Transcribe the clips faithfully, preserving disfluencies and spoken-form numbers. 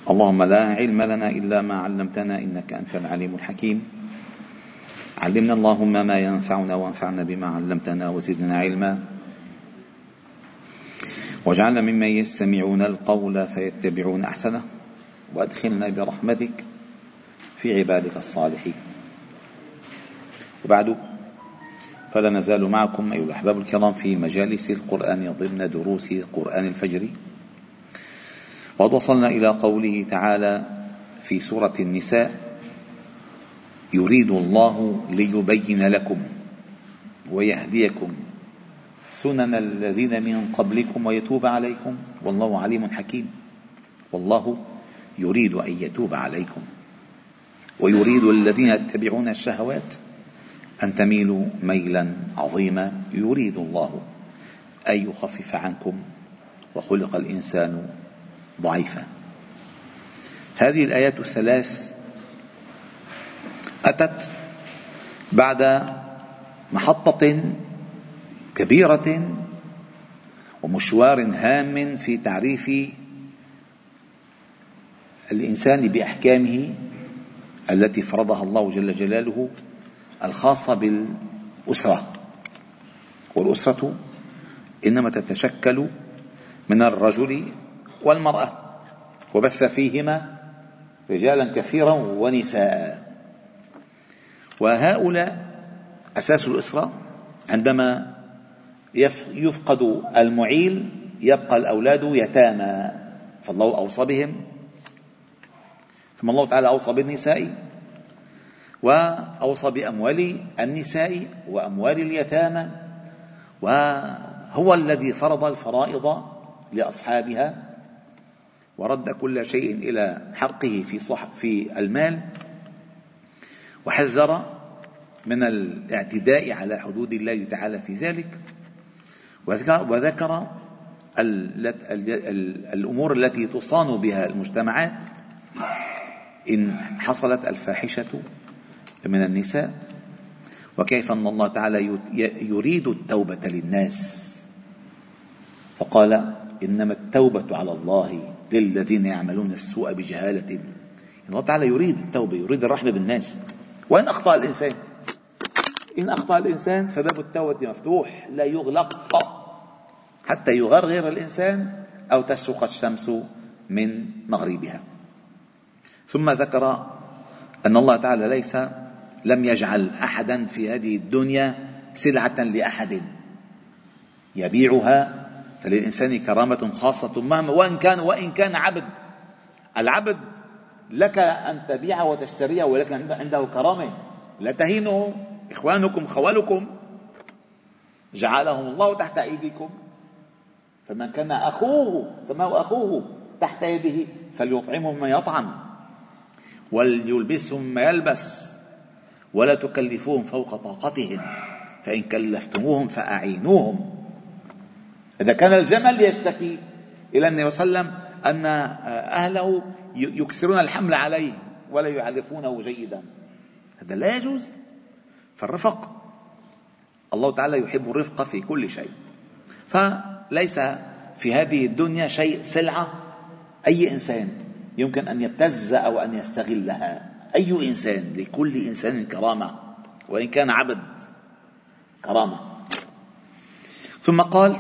اللهم لا علم لنا إلا ما علمتنا إنك أنت العليم الحكيم. علمنا اللهم ما ينفعنا وانفعنا بما علمتنا وزدنا علما، واجعلنا ممن يستمعون القول فيتبعون أحسنه، وأدخلنا برحمتك في عبادك الصالحين. وبعد، فلا نزال معكم أيها الأحباب الكرام في مجالس القرآن ضمن دروس قرآن الفجر، وقد وصلنا إلى قوله تعالى في سورة النساء: يريد الله ليبين لكم ويهديكم سنن الذين من قبلكم ويتوب عليكم والله عليم حكيم. والله يريد أن يتوب عليكم ويريد الذين يتبعون الشهوات أن تميلوا ميلا عظيما. يريد الله أن يخفف عنكم وخلق الإنسان ضعيفا. هذه الآيات الثلاث أتت بعد محطة كبيرة ومشوار هام في تعريف الإنسان بأحكامه التي فرضها الله جل جلاله الخاصة بالأسرة. والأسرة إنما تتشكل من الرجل والمرأة، وبث فيهما رجالا كثيرا ونساء. وهؤلاء أساس الأسرة. عندما يفقد المعيل يبقى الأولاد يتامى، فالله أوصى بهم. ثم الله تعالى أوصى بالنساء، وأوصى بأموال النساء وأموال اليتامى، وهو الذي فرض الفرائض لأصحابها ورد كل شيء إلى حقه في صح في المال، وحذر من الاعتداء على حدود الله تعالى في ذلك، وذكر الأمور التي تصان بها المجتمعات إن حصلت الفاحشة من النساء، وكيف أن الله تعالى يريد التوبة للناس، فقال: إنما التوبة على الله للذين يعملون السوء بجهالة. الله تعالى يريد التوبة، يريد الرحمة بالناس. وإن أخطأ الإنسان إن أخطأ الإنسان فباب التوبة مفتوح لا يغلق حتى يغرغر الإنسان أو تشرق الشمس من مغربها. ثم ذكر أن الله تعالى ليس لم يجعل أحدا في هذه الدنيا سلعة لأحد يبيعها، فللإنسان كرامة خاصة مهما وإن كان وإن كان عبد. العبد لك أن تبيعه وتشتريه، ولكن عنده كرامة لا تهينه. إخوانكم خوالكم جعلهم الله تحت أيديكم، فمن كان أخوه سماه أخوه تحت يده فليطعمه ما يطعم وليلبسهم ما يلبس ولا تكلفوهم فوق طاقتهم، فإن كلفتموهم فأعينوهم. إذا كان الجمل يشتكي إلى النبي صلى الله عليه وسلم أن أهله يكسرون الحمل عليه ولا يعرفونه جيدا، هذا لا يجوز. فالرفق، الله تعالى يحب الرفق في كل شيء، فليس في هذه الدنيا شيء سلعة أي إنسان يمكن أن يبتز أو أن يستغلها. أي إنسان، لكل إنسان كرامة وإن كان عبد كرامة. ثم قال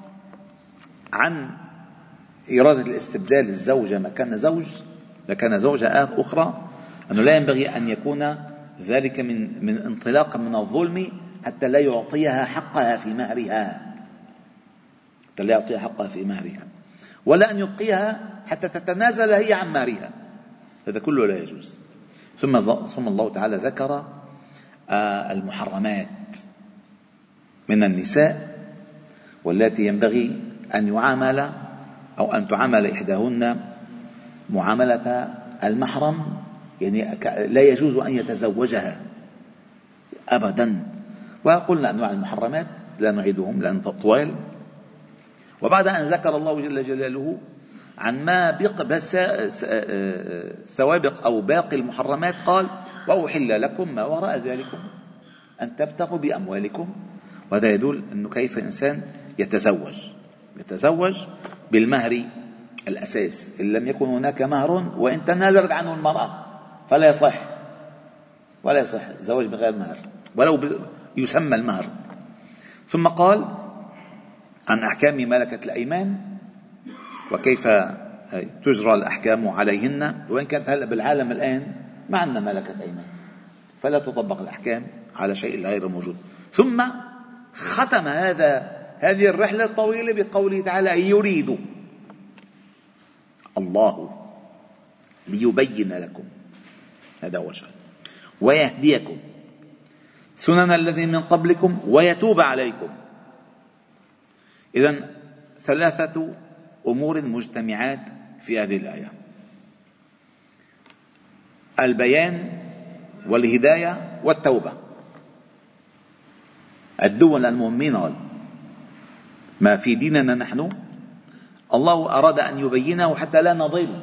عن إرادة الاستبدال الزوجة مكان زوج لكان زوجة أخرى، أنه لا ينبغي أن يكون ذلك من من انطلاقا من الظلم حتى لا يعطيها حقها في مهرها حتى لا يعطيها حقها في مهرها ولا أن يبقيها حتى تتنازل هي عن مهرها، هذا كله لا يجوز. ثم ثم الله تعالى ذكر المحرمات من النساء، والتي ينبغي أن يعامل أو أن تعامل إحداهن معاملة المحرم، يعني لا يجوز أن يتزوجها أبدا. وقلنا أنواع المحرمات لا نعيدهم لأن طوال. وبعد أن ذكر الله جل جلاله عن ما بق سوابق أو باقي المحرمات قال: وأحل لكم ما وراء ذلكم أن تبتغوا بأموالكم. وهذا يدل أنه كيف إنسان يتزوج يتزوج بالمهر الأساس. إن لم يكن هناك مهر وإن تنازلت عنه المرأة فلا يصح، ولا يصح الزواج بغير مهر ولو يسمى المهر. ثم قال عن أحكام ملكة الأيمان وكيف تجرى الأحكام عليهن، وإن كانت هلأ بالعالم الآن ما عندنا ملكة أيمان فلا تطبق الأحكام على شيء غير موجود. ثم ختم هذا هذه الرحلة الطويلة بقوله تعالى يريد الله ليبين لكم، هذا أول شيء، ويهديكم سنن الذين من قبلكم ويتوب عليكم. إذن ثلاثة أمور مجتمعات في هذه الآية: البيان والهداية والتوبة. الدول المؤمنة ما في ديننا نحن الله أراد أن يبينه حتى لا نضل،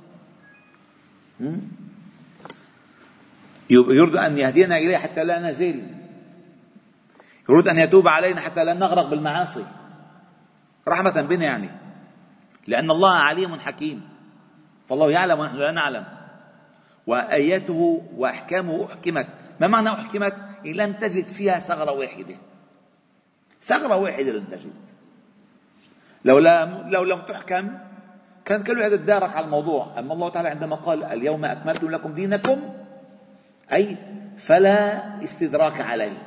يريد أن يهدينا إليه حتى لا نزل، يريد أن يتوب علينا حتى لا نغرق بالمعاصي رحمة بنا، يعني لأن الله عليم حكيم، فالله يعلم ونحن لا نعلم، وآياته وأحكامه أحكمت. ما معنى أحكمت؟ لن تجد فيها ثغرة واحدة، ثغرة واحدة لن تجد. لو لم, لو لم تحكم كان كل واحد يتدارك على الموضوع. أما الله تعالى عندما قال اليوم أكملت لكم دينكم، أي فلا استدراك عليه،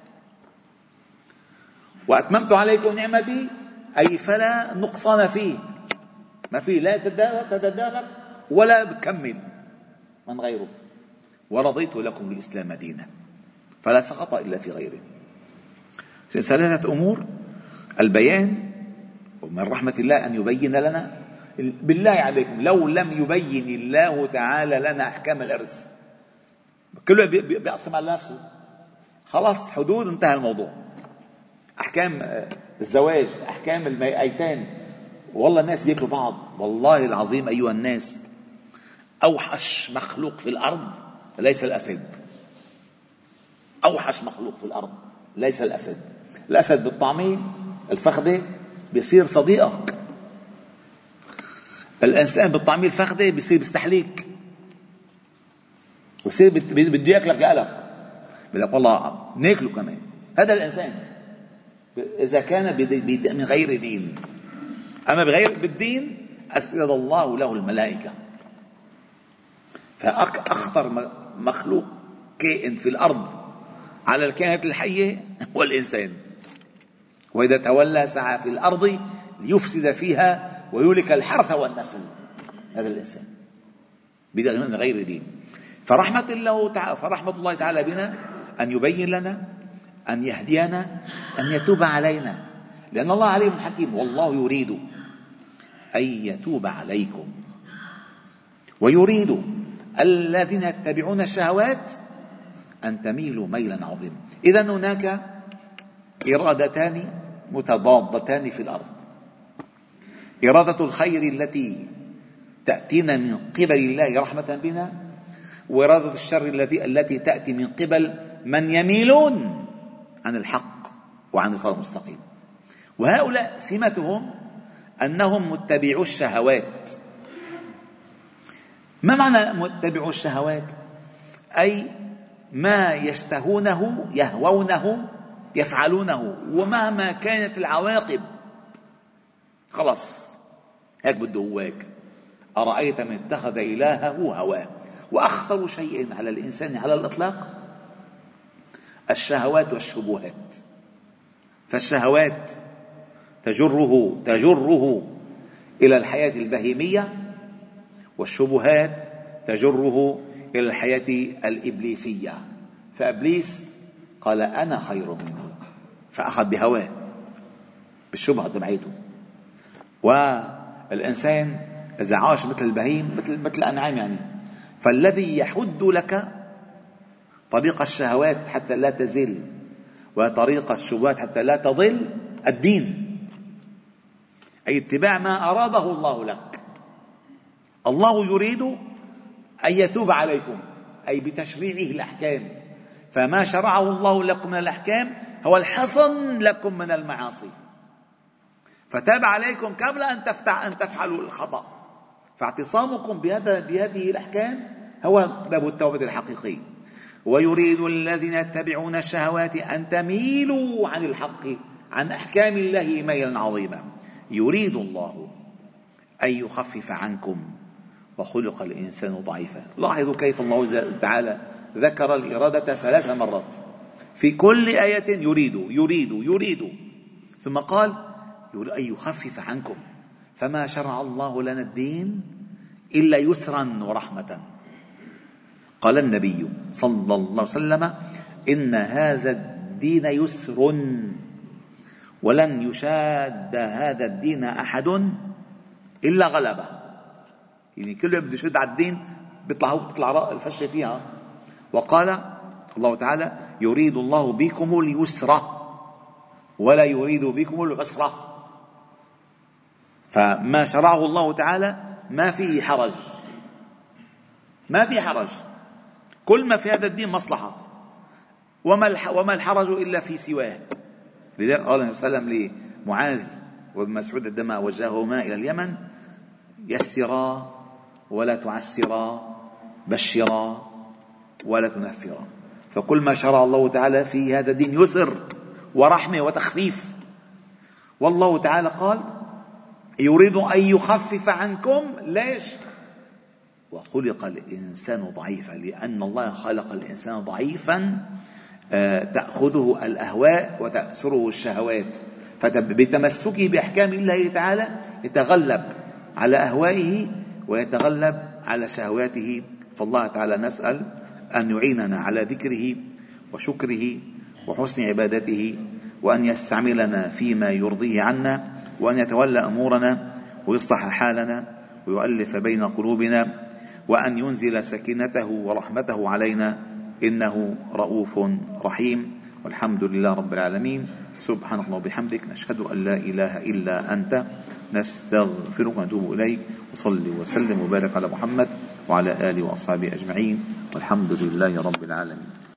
وأتممت عليكم نعمتي، أي فلا نقصان فيه، ما فيه لا تتدارك ولا بتكمل من غيره. ورضيت لكم الإسلام دينا، فلا سقط إلا في غيره. ثلاثة أمور: البيان، ومن رحمة الله أن يبين لنا. بالله عليكم لو لم يبين الله تعالى لنا أحكام الإرث كله بيقسم على نفسه، خلاص حدود، انتهى الموضوع. أحكام الزواج، أحكام الأيتام، والله الناس بياكلوا بعض. والله العظيم أيها الناس، أوحش مخلوق في الأرض ليس الأسد، أوحش مخلوق في الأرض ليس الأسد. الأسد بالطعمية الفخدة بيصير صديقك، الإنسان بالطعمية الفخدة بيصير بيستحليك، ويصير بده ياكلك يقلق، بيقول لك والله ناكله كمان. هذا الإنسان إذا كان من غير دين. أما بغير بالدين أسجد الله له الملائكة. فأخطر مخلوق كائن في الأرض على الكائنات الحية هو الإنسان، وإذا تولى سعى في الأرض ليفسد فيها ويهلك الحرث والنسل. هذا الإنسان من غير دين. فرحمة الله تعالى فرحمة الله تعالى بنا أن يبين لنا، أن يهدينا، أن يتوب علينا، لأن الله عليم حكيم. والله يريد أن يتوب عليكم ويريد الذين يتبعون الشهوات أن تميلوا ميلا عظيما. إذن هناك إرادتان متضادتان في الأرض: إرادة الخير التي تأتينا من قبل الله رحمة بنا، وإرادة الشر التي التي تأتي من قبل من يميلون عن الحق وعن الصراط المستقيم. وهؤلاء سمتهم أنهم متبعو الشهوات. ما معنى متبعو الشهوات؟ أي ما يشتهونه يهوونه يفعلونه، ومهما كانت العواقب خلص هيك بده هواك. أرأيت من اتخذ إلهه هواه. وأخطر شيء على الإنسان على الإطلاق الشهوات والشبهات. فالشهوات تجره تجره إلى الحياة البهيمية، والشبهات تجره إلى الحياة الإبليسية. فإبليس قال أنا خير منه، فأخذ بهواه بالشبهة تبعيته. والإنسان إذا عاش مثل البهيم مثل مثل الأنعام يعني. فالذي يحد لك طريق الشهوات حتى لا تزل، وطريق الشبهات حتى لا تضل، الدين، أي اتباع ما أراده الله لك. الله يريد أن يتوب عليكم، أي بتشريعه الأحكام. فما شرعه الله لكم من الأحكام هو الحصن لكم من المعاصي. فتاب عليكم قبل أن تفتح أن تفعلوا الخطأ. فاعتصامكم بهذا بهذه الأحكام هو باب التوبة الحقيقي. ويريد الذين يتبعون الشهوات أن تميلوا عن الحق عن أحكام الله ميلا عظيما. يريد الله أن يخفف عنكم وخلق الإنسان ضعيفا. لاحظوا كيف الله تعالى ذكر الإرادة ثلاث مرات في كل آية. يريد يريد يريد ثم قال يريد أن يخفف عنكم. فما شرع الله لنا الدين إلا يسرا ورحمة. قال النبي صلى الله عليه وسلم إن هذا الدين يسر ولن يشاد هذا الدين أحد إلا غلبه. يعني كل بده يشد على الدين بيطلع بيطلع الفشة فيها. وقال الله تعالى يريد الله بكم اليسر ولا يريد بكم العسر. فما شرعه الله تعالى ما فيه حرج، ما فيه حرج، كل ما في هذا الدين مصلحة، وما الحرج إلا في سواه. لذلك قال النبي صلى الله عليه وسلم لمعاذ وابن مسعود عندما وجههما إلى اليمن يسرا ولا تعسرا، بشرا ولا تنفرا. فكل ما شرع الله تعالى في هذا الدين يسر ورحمة وتخفيف. والله تعالى قال يريد أن يخفف عنكم. ليش؟ وخلق الإنسان ضعيفا، لأن الله خلق الإنسان ضعيفا تأخذه الأهواء وتأسره الشهوات، فبتمسكه بأحكام الله تعالى يتغلب على أهوائه ويتغلب على شهواته. فالله تعالى نسأل أن يعيننا على ذكره وشكره وحسن عبادته، وأن يستعملنا فيما يرضيه عنا، وأن يتولى أمورنا ويصلح حالنا ويؤلف بين قلوبنا، وأن ينزل سكينته ورحمته علينا إنه رؤوف رحيم. والحمد لله رب العالمين. سبحانك اللهم وبحمدك، نشهد أن لا إله إلا أنت، نستغفرك ونتوب إليك. وصلي وسلم وبارك على محمد وعلى آله وأصحابه أجمعين، والحمد لله رب العالمين.